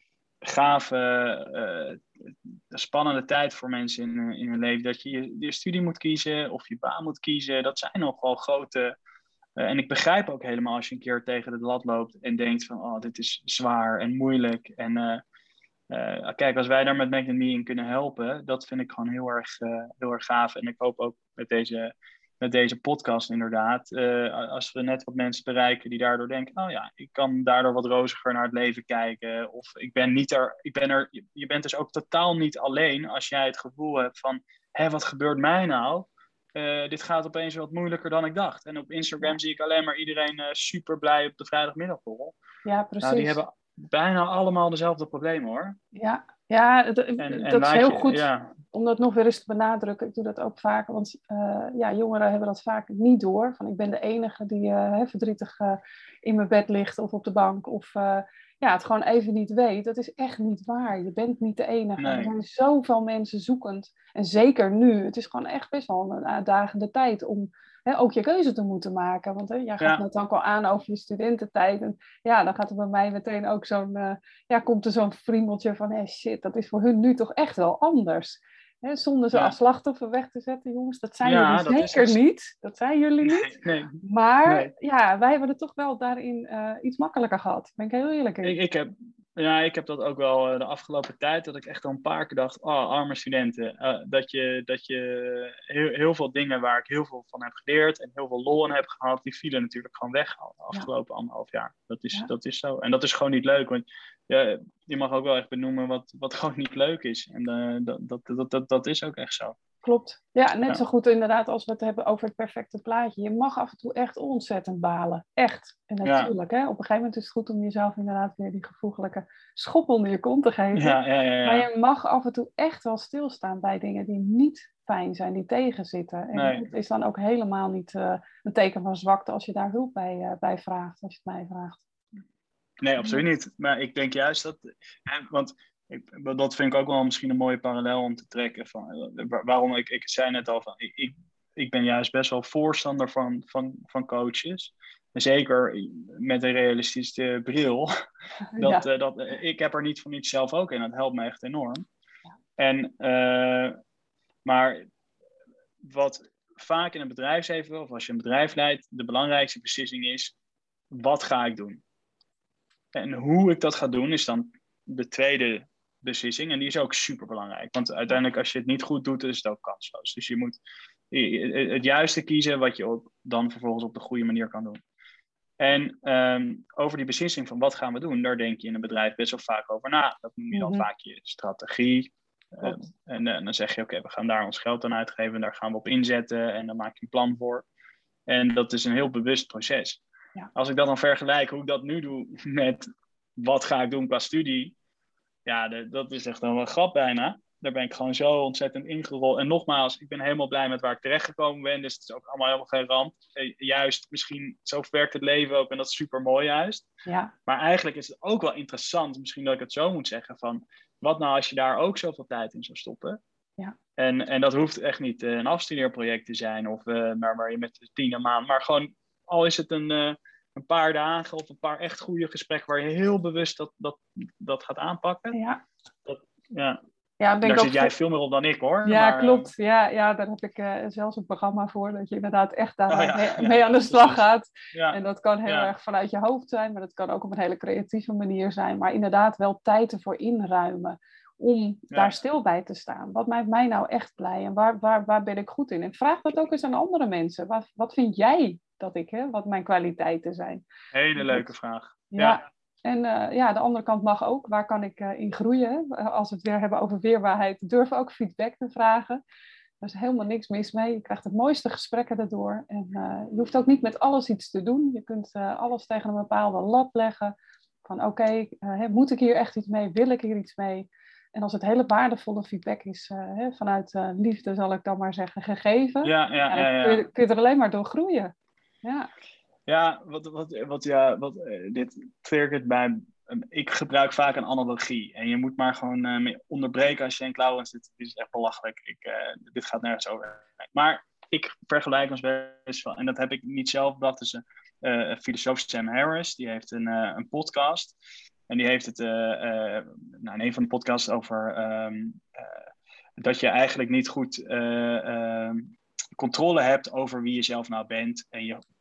gave, uh, spannende tijd voor mensen in, in hun leven. Dat je, je je studie moet kiezen of je baan moet kiezen. Dat zijn nogal grote Uh, en ik begrijp ook helemaal als je een keer tegen de lat loopt en denkt van, oh, dit is zwaar en moeilijk. En uh, uh, kijk, als wij daar met Magnet Me in kunnen helpen, dat vind ik gewoon heel erg, uh, heel erg gaaf. En ik hoop ook met deze, met deze podcast inderdaad, uh, als we net wat mensen bereiken die daardoor denken, oh ja, ik kan daardoor wat roziger naar het leven kijken. Of ik ben niet er, ik ben er, je bent dus ook totaal niet alleen als jij het gevoel hebt van, hé, wat gebeurt mij nou? Uh, dit gaat opeens wat moeilijker dan ik dacht. En op Instagram ja. zie ik alleen maar iedereen uh, super blij op de vrijdagmiddagborrel. Ja, precies. Nou, die hebben bijna allemaal dezelfde problemen, hoor. Ja, ja d- en, dat en is heel je, goed ja. om dat nog weer eens te benadrukken. Ik doe dat ook vaak, want uh, ja, jongeren hebben dat vaak niet door. Van, ik ben de enige die uh, hè, verdrietig uh, in mijn bed ligt of op de bank of uh, ja, het gewoon even niet weet. Dat is echt niet waar. Je bent niet de enige. Nee. Er zijn zoveel mensen zoekend. En zeker nu. Het is gewoon echt best wel een uitdagende tijd om hè, ook je keuze te moeten maken. Want hè, jij gaat ja. net ook al aan over je studententijd. En ja, dan gaat er bij mij meteen ook zo'n... Uh, ja, komt er zo'n friemeltje van... Hey, shit, dat is voor hun nu toch echt wel anders. Hè, zonder ze Ja. als slachtoffer weg te zetten, jongens. Dat zijn Ja, jullie dat zeker is... niet. Dat zijn jullie niet. Nee, nee. Maar nee. ja, wij hebben het toch wel daarin uh, iets makkelijker gehad. Daar ben ik heel eerlijk in. Ik, ik, heb, ja, ik heb dat ook wel uh, de afgelopen tijd, dat ik echt al een paar keer dacht, oh, arme studenten. Uh, dat je, dat je heel, heel veel dingen waar ik heel veel van heb geleerd en heel veel lol in heb gehad, die vielen natuurlijk gewoon weg de afgelopen ja. anderhalf jaar. Dat is, ja. dat is zo. En dat is gewoon niet leuk, want ja, je mag ook wel echt benoemen wat, wat gewoon niet leuk is. En uh, dat, dat, dat, dat, dat is ook echt zo. Klopt. Ja, net ja. zo goed inderdaad als we het hebben over het perfecte plaatje. Je mag af en toe echt ontzettend balen. Echt. En natuurlijk, ja. hè, op een gegeven moment is het goed om jezelf inderdaad weer die gevoeglijke schop onder je kont te geven. Ja, ja, ja, ja. Maar je mag af en toe echt wel stilstaan bij dingen die niet fijn zijn, die tegenzitten. En nee. het is dan ook helemaal niet uh, een teken van zwakte als je daar hulp bij, uh, bij vraagt, als je het mij vraagt. Nee, absoluut niet. Maar ik denk juist dat... Hè, want ik, dat vind ik ook wel misschien een mooie parallel om te trekken. Van, waarom ik, ik zei net al van... Ik, ik, ik ben juist best wel voorstander van, van, van coaches. En zeker met een realistische bril. dat, ja. uh, dat, uh, ik heb er niet voor niets zelf ook in. Dat helpt me echt enorm. Ja. En, uh, maar wat vaak in een bedrijfsleven... of als je een bedrijf leidt... de belangrijkste beslissing is... wat ga ik doen? En hoe ik dat ga doen is dan de tweede beslissing. En die is ook super belangrijk. Want uiteindelijk als je het niet goed doet, is het ook kansloos. Dus je moet het juiste kiezen wat je ook dan vervolgens op de goede manier kan doen. En um, over die beslissing van wat gaan we doen, daar denk je in een bedrijf best wel vaak over na. Dat noem je dan mm-hmm. vaak je strategie. Uh, en uh, dan zeg je, oké, okay, we gaan daar ons geld aan uitgeven. En daar gaan we op inzetten. En dan maak je een plan voor. En dat is een heel bewust proces. Ja. Als ik dat dan vergelijk hoe ik dat nu doe met wat ga ik doen qua studie. Ja, de, dat is echt wel een grap bijna. Daar ben ik gewoon zo ontzettend ingerold. En nogmaals, ik ben helemaal blij met waar ik terechtgekomen ben. Dus het is ook allemaal helemaal geen ramp. Eh, juist, misschien, zo werkt het leven ook. En dat is super mooi juist. Ja. Maar eigenlijk is het ook wel interessant, misschien dat ik het zo moet zeggen, van wat nou als je daar ook zoveel tijd in zou stoppen? Ja. En, en dat hoeft echt niet uh, een afstudeerproject te zijn. Of uh, maar waar je met tien een maand, maar gewoon al is het een, uh, een paar dagen of een paar echt goede gesprekken waar je heel bewust dat, dat, dat gaat aanpakken. Ja. Dat, ja. Ja, ben daar ik zit jij veel meer op dan ik, hoor. Ja, maar, klopt. Ja, ja, daar heb ik uh, zelfs een programma voor. Dat je inderdaad echt daar oh, ja. mee, mee aan de slag Precies. gaat. Ja. En dat kan heel ja. erg vanuit je hoofd zijn. Maar dat kan ook op een hele creatieve manier zijn. Maar inderdaad wel tijd ervoor inruimen. Om ja. daar stil bij te staan. Wat maakt mij nou echt blij? En waar, waar, waar ben ik goed in? En vraag dat ook eens aan andere mensen. Wat, wat vind jij dat ik, hè? Wat mijn kwaliteiten zijn? Hele leuke vraag. Ja. ja. En uh, ja, de andere kant mag ook. Waar kan ik uh, in groeien? Als we het weer hebben over weerbaarheid, durf ook feedback te vragen. Er is helemaal niks mis mee. Je krijgt het mooiste gesprekken daardoor. En uh, je hoeft ook niet met alles iets te doen. Je kunt uh, alles tegen een bepaalde lat leggen. Van oké, okay, uh, moet ik hier echt iets mee? Wil ik hier iets mee? En als het hele waardevolle feedback is, uh, hè, vanuit uh, liefde zal ik dan maar zeggen, gegeven. Ja, ja, ja, ja, ja. Kun, je, kun je er alleen maar door groeien. Ja. Ja, wat, wat, wat, ja, wat uh, dit triggert bij... Um, ik gebruik vaak een analogie. En je moet maar gewoon uh, mee onderbreken als je denkt, Laurens, dit, dit is echt belachelijk. Ik, uh, dit gaat nergens over. Maar ik vergelijk ons best wel. En dat heb ik niet zelf bedacht. Dus een uh, filosoof, Sam Harris, die heeft een, uh, een podcast. En die heeft het uh, uh, nou, in een van de podcasts over... Um, uh, dat je eigenlijk niet goed... Uh, uh, controle hebt over wie je zelf nou bent en je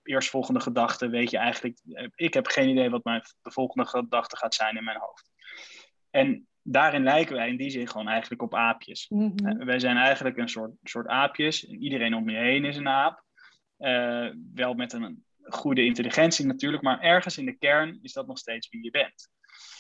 eerstvolgende gedachte weet je eigenlijk... Ik heb geen idee wat mijn de volgende gedachte gaat zijn in mijn hoofd. En daarin lijken wij in die zin gewoon eigenlijk op aapjes. Mm-hmm. Wij zijn eigenlijk een soort, soort aapjes. Iedereen om je heen is een aap. Uh, wel met een goede intelligentie natuurlijk, maar ergens in de kern is dat nog steeds wie je bent.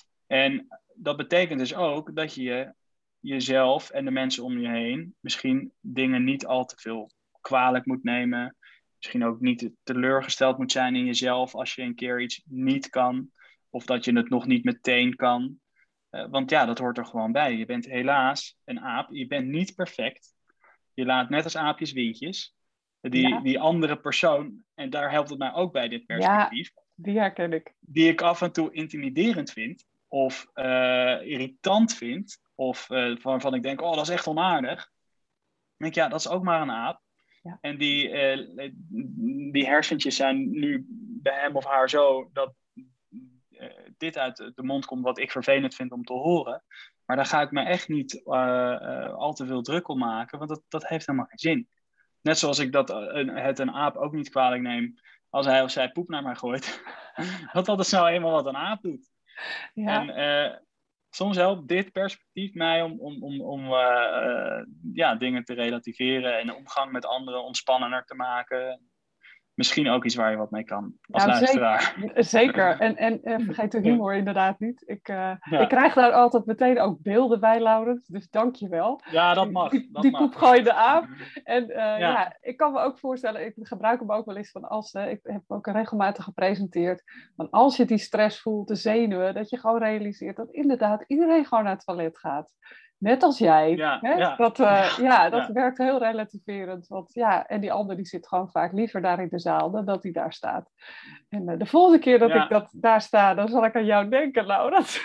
En dat betekent dus ook dat je jezelf en de mensen om je heen misschien dingen niet al te veel kwalijk moet nemen. Misschien ook niet teleurgesteld moet zijn in jezelf als je een keer iets niet kan. Of dat je het nog niet meteen kan. Uh, want ja, dat hoort er gewoon bij. Je bent helaas een aap. Je bent niet perfect. Je laat net als aapjes windjes. Die, ja. die andere persoon, en daar helpt het mij ook bij dit perspectief. Ja, die herken ik. Die ik af en toe intimiderend vind. Of uh, irritant vind. Of uh, waarvan ik denk, oh, dat is echt onaardig. Dan denk ik, ja, dat is ook maar een aap. Ja. En die, uh, die hersentjes zijn nu bij hem of haar zo... dat uh, dit uit de mond komt wat ik vervelend vind om te horen. Maar daar ga ik me echt niet uh, uh, al te veel druk om maken. Want dat, dat heeft helemaal geen zin. Net zoals ik dat een, het een aap ook niet kwalijk neem als hij of zij poep naar mij gooit. Want dat is nou eenmaal wat een aap doet. Ja. En uh, soms helpt dit perspectief mij om, om, om, om uh, uh, ja, dingen te relativeren en de omgang met anderen ontspannender te maken. Misschien ook iets waar je wat mee kan als ja, luisteraar. Zeker, zeker. En, en, en vergeet de humor inderdaad niet. Ik, uh, ja. ik krijg daar altijd meteen ook beelden bij, Laurens. Dus dank je wel. Ja, dat mag. Die, dat die mag. poepgooiende aap. En uh, ja. Ja. ja, ik kan me ook voorstellen, ik gebruik hem ook wel eens van als... Uh, ik heb ook regelmatig gepresenteerd. Van als je die stress voelt, de zenuwen, dat je gewoon realiseert dat inderdaad iedereen gewoon naar het toilet gaat. Net als jij. Ja, hè? ja. Dat, uh, ja, dat ja. werkt heel relativerend. Want, ja, en die ander die zit gewoon vaak liever daar in de zaal dan dat hij daar staat. En uh, de volgende keer dat ja. ik dat daar sta, dan zal ik aan jou denken, Laurens.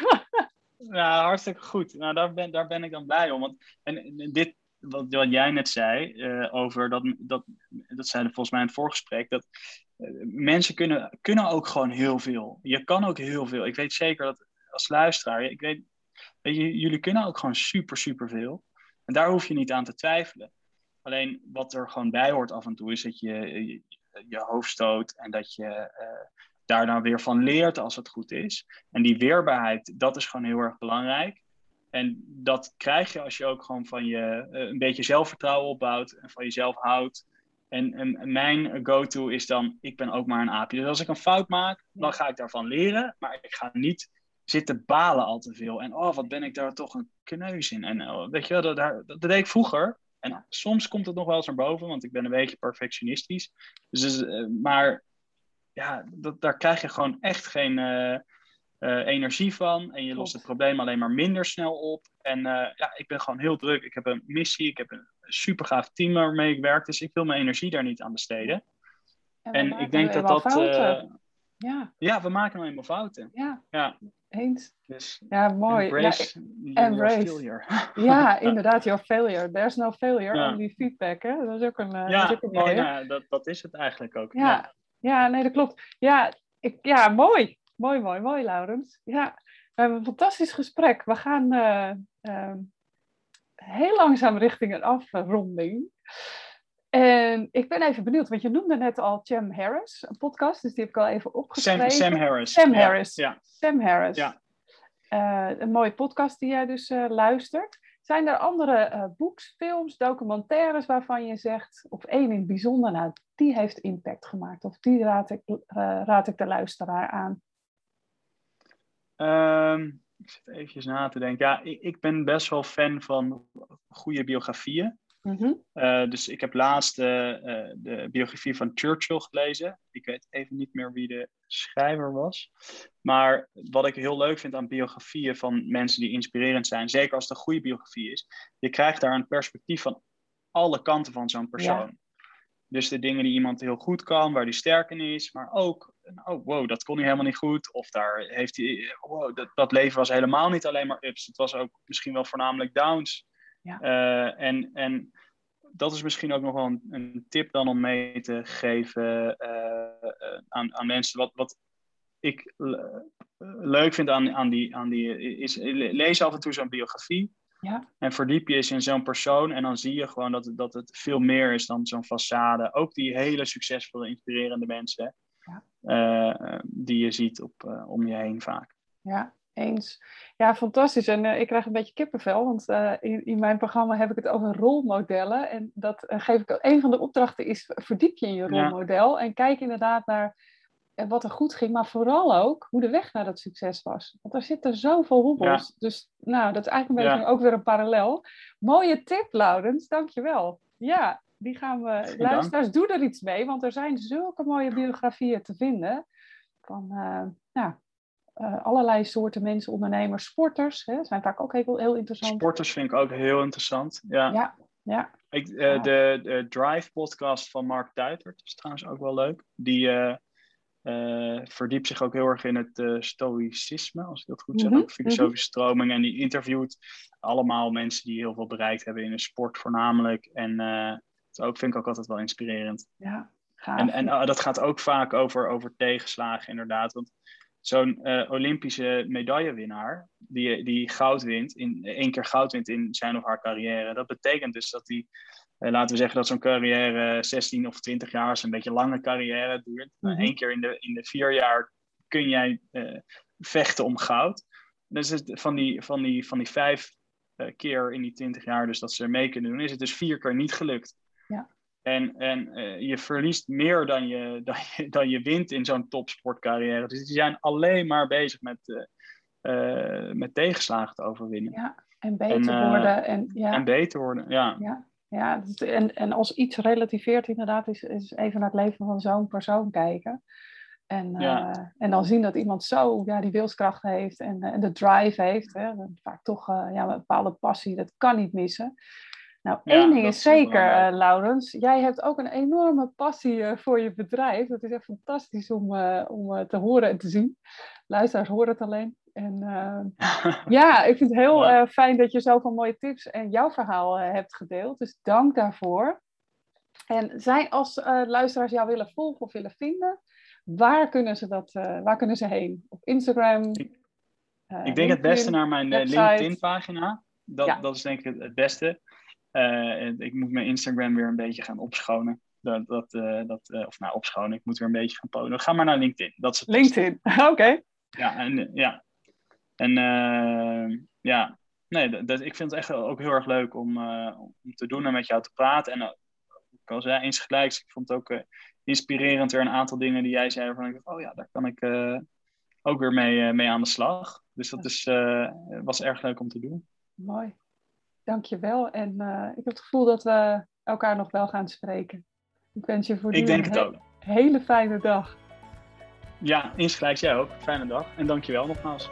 Ja, hartstikke goed. Nou, daar ben, daar ben ik dan blij om. Want, en, en dit, wat, wat jij net zei, uh, over dat, dat, dat zei volgens mij in het voorgesprek, dat uh, mensen kunnen, kunnen ook gewoon heel veel. Je kan ook heel veel. Ik weet zeker dat als luisteraar, ik weet... Weet je, jullie kunnen ook gewoon super, super veel. En daar hoef je niet aan te twijfelen. Alleen wat er gewoon bij hoort af en toe is dat je je, je hoofd stoot en dat je uh, daar dan weer van leert als het goed is. En die weerbaarheid, dat is gewoon heel erg belangrijk. En dat krijg je als je ook gewoon van je uh, een beetje zelfvertrouwen opbouwt en van jezelf houdt. En, en mijn go-to is dan, ik ben ook maar een aapje. Dus als ik een fout maak, dan ga ik daarvan leren. Maar ik ga niet... zitten balen al te veel. En oh, wat ben ik daar toch een kneus in. En oh, weet je wel, dat, dat, dat deed ik vroeger. En ja. soms komt het nog wel eens naar boven, want ik ben een beetje perfectionistisch. Dus, uh, maar ja, dat, daar krijg je gewoon echt geen uh, uh, energie van. En je lost het probleem alleen maar minder snel op. En uh, ja, ik ben gewoon heel druk. Ik heb een missie, ik heb een super gaaf team waarmee ik werk. Dus ik wil mijn energie daar niet aan besteden. En, en ik denk dat dat... Uh, ja. ja, we maken nou eenmaal fouten. Ja. ja. Eens. Dus ja, mooi. Embrace, ja, embrace. failure. Ja, inderdaad, your failure. There's no failure, ja. only feedback. Hè? Dat is ook een, ja, dat is ook een nee, mooie. nou, dat, dat is het eigenlijk ook. Ja, ja. ja nee, dat klopt. Ja, ik, ja, mooi. Mooi, mooi, mooi, Laurens. Ja, we hebben een fantastisch gesprek. We gaan uh, uh, heel langzaam richting een afronding. En ik ben even benieuwd, want je noemde net al Sam Harris, een podcast, dus die heb ik al even opgeschreven. Sam, Sam Harris. Sam Harris. Ja. Sam Harris. Ja. Uh, een mooie podcast die jij dus uh, luistert. Zijn er andere uh, boeks, films, documentaires waarvan je zegt, of één in het bijzonder, nou, die heeft impact gemaakt, of die raad ik, uh, raad ik de luisteraar aan? Um, ik zit even na te denken. Ja, ik, ik ben best wel fan van goede biografieën. Mm-hmm. Uh, dus ik heb laatst uh, uh, de biografie van Churchill gelezen. Ik weet even niet meer wie de schrijver was. Maar wat ik heel leuk vind aan biografieën van mensen die inspirerend zijn, zeker als het een goede biografie is, je krijgt daar een perspectief van alle kanten van zo'n persoon. Ja. Dus de dingen die iemand heel goed kan, waar hij sterk in is, maar ook, oh wow, dat kon hij helemaal niet goed. Of daar heeft hij, wow, dat, dat leven was helemaal niet alleen maar ups. Het was ook misschien wel voornamelijk downs. Ja. Uh, en, en dat is misschien ook nog wel een, een tip dan om mee te geven uh, uh, aan, aan mensen. Wat, wat ik uh, leuk vind aan, aan, die, aan die is, lees af en toe zo'n biografie. Ja. En verdiep je eens in zo'n persoon en dan zie je gewoon dat het, dat het veel meer is dan zo'n façade. Ook die hele succesvolle, inspirerende mensen Ja. uh, die je ziet op, uh, om je heen vaak. Ja, eens. Ja, fantastisch. En uh, ik krijg een beetje kippenvel, want uh, in, in mijn programma heb ik het over rolmodellen. En dat uh, geef ik, een van de opdrachten is, verdiep je in je rolmodel. Ja. En kijk inderdaad naar uh, wat er goed ging, maar vooral ook hoe de weg naar dat succes was. Want er zitten zoveel hobbels. Ja. Dus nou, dat is eigenlijk een beetje ja. ook weer een parallel. Mooie tip, Laurens. Dankjewel. Ja, die gaan we... Luisteraars, doe er iets mee, want er zijn zulke mooie biografieën te vinden. Van, uh, nou... Uh, allerlei soorten mensen, ondernemers, sporters, hè, zijn vaak ook heel, heel interessant. Sporters vind ik ook heel interessant, ja. Ja, ja. Ik, uh, ja. De, de Drive podcast van Mark Tuitert is trouwens ook wel leuk. Die uh, uh, verdiept zich ook heel erg in het uh, stoïcisme, als ik dat goed zeg, mm-hmm. ook filosofische mm-hmm. stroming. En die interviewt allemaal mensen die heel veel bereikt hebben in de sport voornamelijk. En uh, dat ook, vind ik ook altijd wel inspirerend. Ja, gaaf. En, en uh, dat gaat ook vaak over, over tegenslagen inderdaad, want zo'n uh, Olympische medaillewinnaar, die, die goud wint, in, één keer goud wint in zijn of haar carrière. Dat betekent dus dat die, uh, laten we zeggen dat zo'n carrière zestien of twintig jaar is, een beetje lange carrière duurt. Mm-hmm. Uh, Eén keer in de, in de vier jaar kun jij uh, vechten om goud. Dus het, van, die, van, die, van die vijf uh, keer in die twintig jaar dus dat ze mee kunnen doen, is het dus vier keer niet gelukt. Ja. En, en uh, je verliest meer dan je, dan, je, dan je wint in zo'n topsportcarrière. Dus die zijn alleen maar bezig met, uh, uh, met tegenslagen te overwinnen. Ja, en beter en, uh, worden. En, ja. en beter worden, ja. ja, ja en, en als iets relativeert inderdaad, is, is even naar het leven van zo'n persoon kijken. En, uh, ja. en dan zien dat iemand zo ja, die wilskracht heeft en, en de drive heeft. Hè, vaak toch uh, ja, een bepaalde passie, dat kan niet missen. Nou, één ja, ding is zeker, uh, Laurens. Jij hebt ook een enorme passie uh, voor je bedrijf. Dat is echt fantastisch om, uh, om uh, te horen en te zien. Luisteraars horen het alleen. En uh, ja, ik vind het heel uh, fijn dat je zoveel mooie tips en jouw verhaal uh, hebt gedeeld. Dus dank daarvoor. En zijn als uh, luisteraars jou willen volgen of willen vinden, waar kunnen ze, dat, uh, waar kunnen ze heen? Op Instagram? Ik, uh, ik denk het beste naar mijn uh, LinkedIn-pagina. Dat, ja. dat is denk ik het, het beste. Uh, ik moet mijn Instagram weer een beetje gaan opschonen. Dat, dat, uh, dat, uh, of nou, opschonen. Ik moet weer een beetje gaan posten. Ga maar naar LinkedIn. Dat is het LinkedIn, oké. Okay. Ja, en, ja. en uh, ja, nee, dat, dat, ik vind het echt ook heel erg leuk om, uh, om te doen en met jou te praten. En uh, ik was ja, eens gelijks. Ik vond het ook uh, inspirerend weer een aantal dingen die jij zei. Waarvan ik dacht, oh ja, daar kan ik uh, ook weer mee, uh, mee aan de slag. Dus dat is, uh, was erg leuk om te doen. Mooi. Dank je wel. En uh, ik heb het gevoel dat we elkaar nog wel gaan spreken. Ik wens je voor nu een he- hele fijne dag. Ja, insgelijks jij ook. Fijne dag. En dank je wel nogmaals.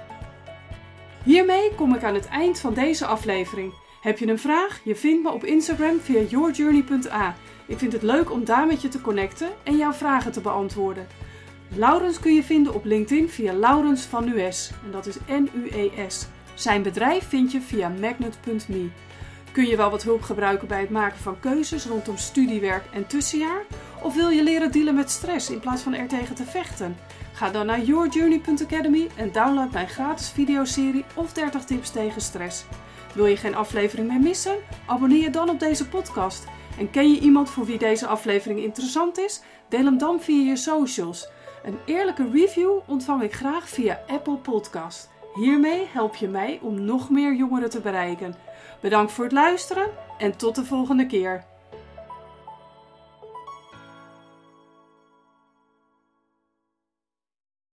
Hiermee kom ik aan het eind van deze aflevering. Heb je een vraag? Je vindt me op Instagram via yourjourney punt a. Ik vind het leuk om daar met je te connecten en jouw vragen te beantwoorden. Laurens kun je vinden op LinkedIn via Laurens van Nues. En dat is N U E S. Zijn bedrijf vind je via magnet punt me. Kun je wel wat hulp gebruiken bij het maken van keuzes rondom studiewerk en tussenjaar? Of wil je leren dealen met stress in plaats van er tegen te vechten? Ga dan naar yourjourney punt academy en download mijn gratis videoserie of dertig tips tegen stress. Wil je geen aflevering meer missen? Abonneer je dan op deze podcast. En ken je iemand voor wie deze aflevering interessant is? Deel hem dan via je socials. Een eerlijke review ontvang ik graag via Apple Podcast. Hiermee help je mij om nog meer jongeren te bereiken. Bedankt voor het luisteren en tot de volgende keer.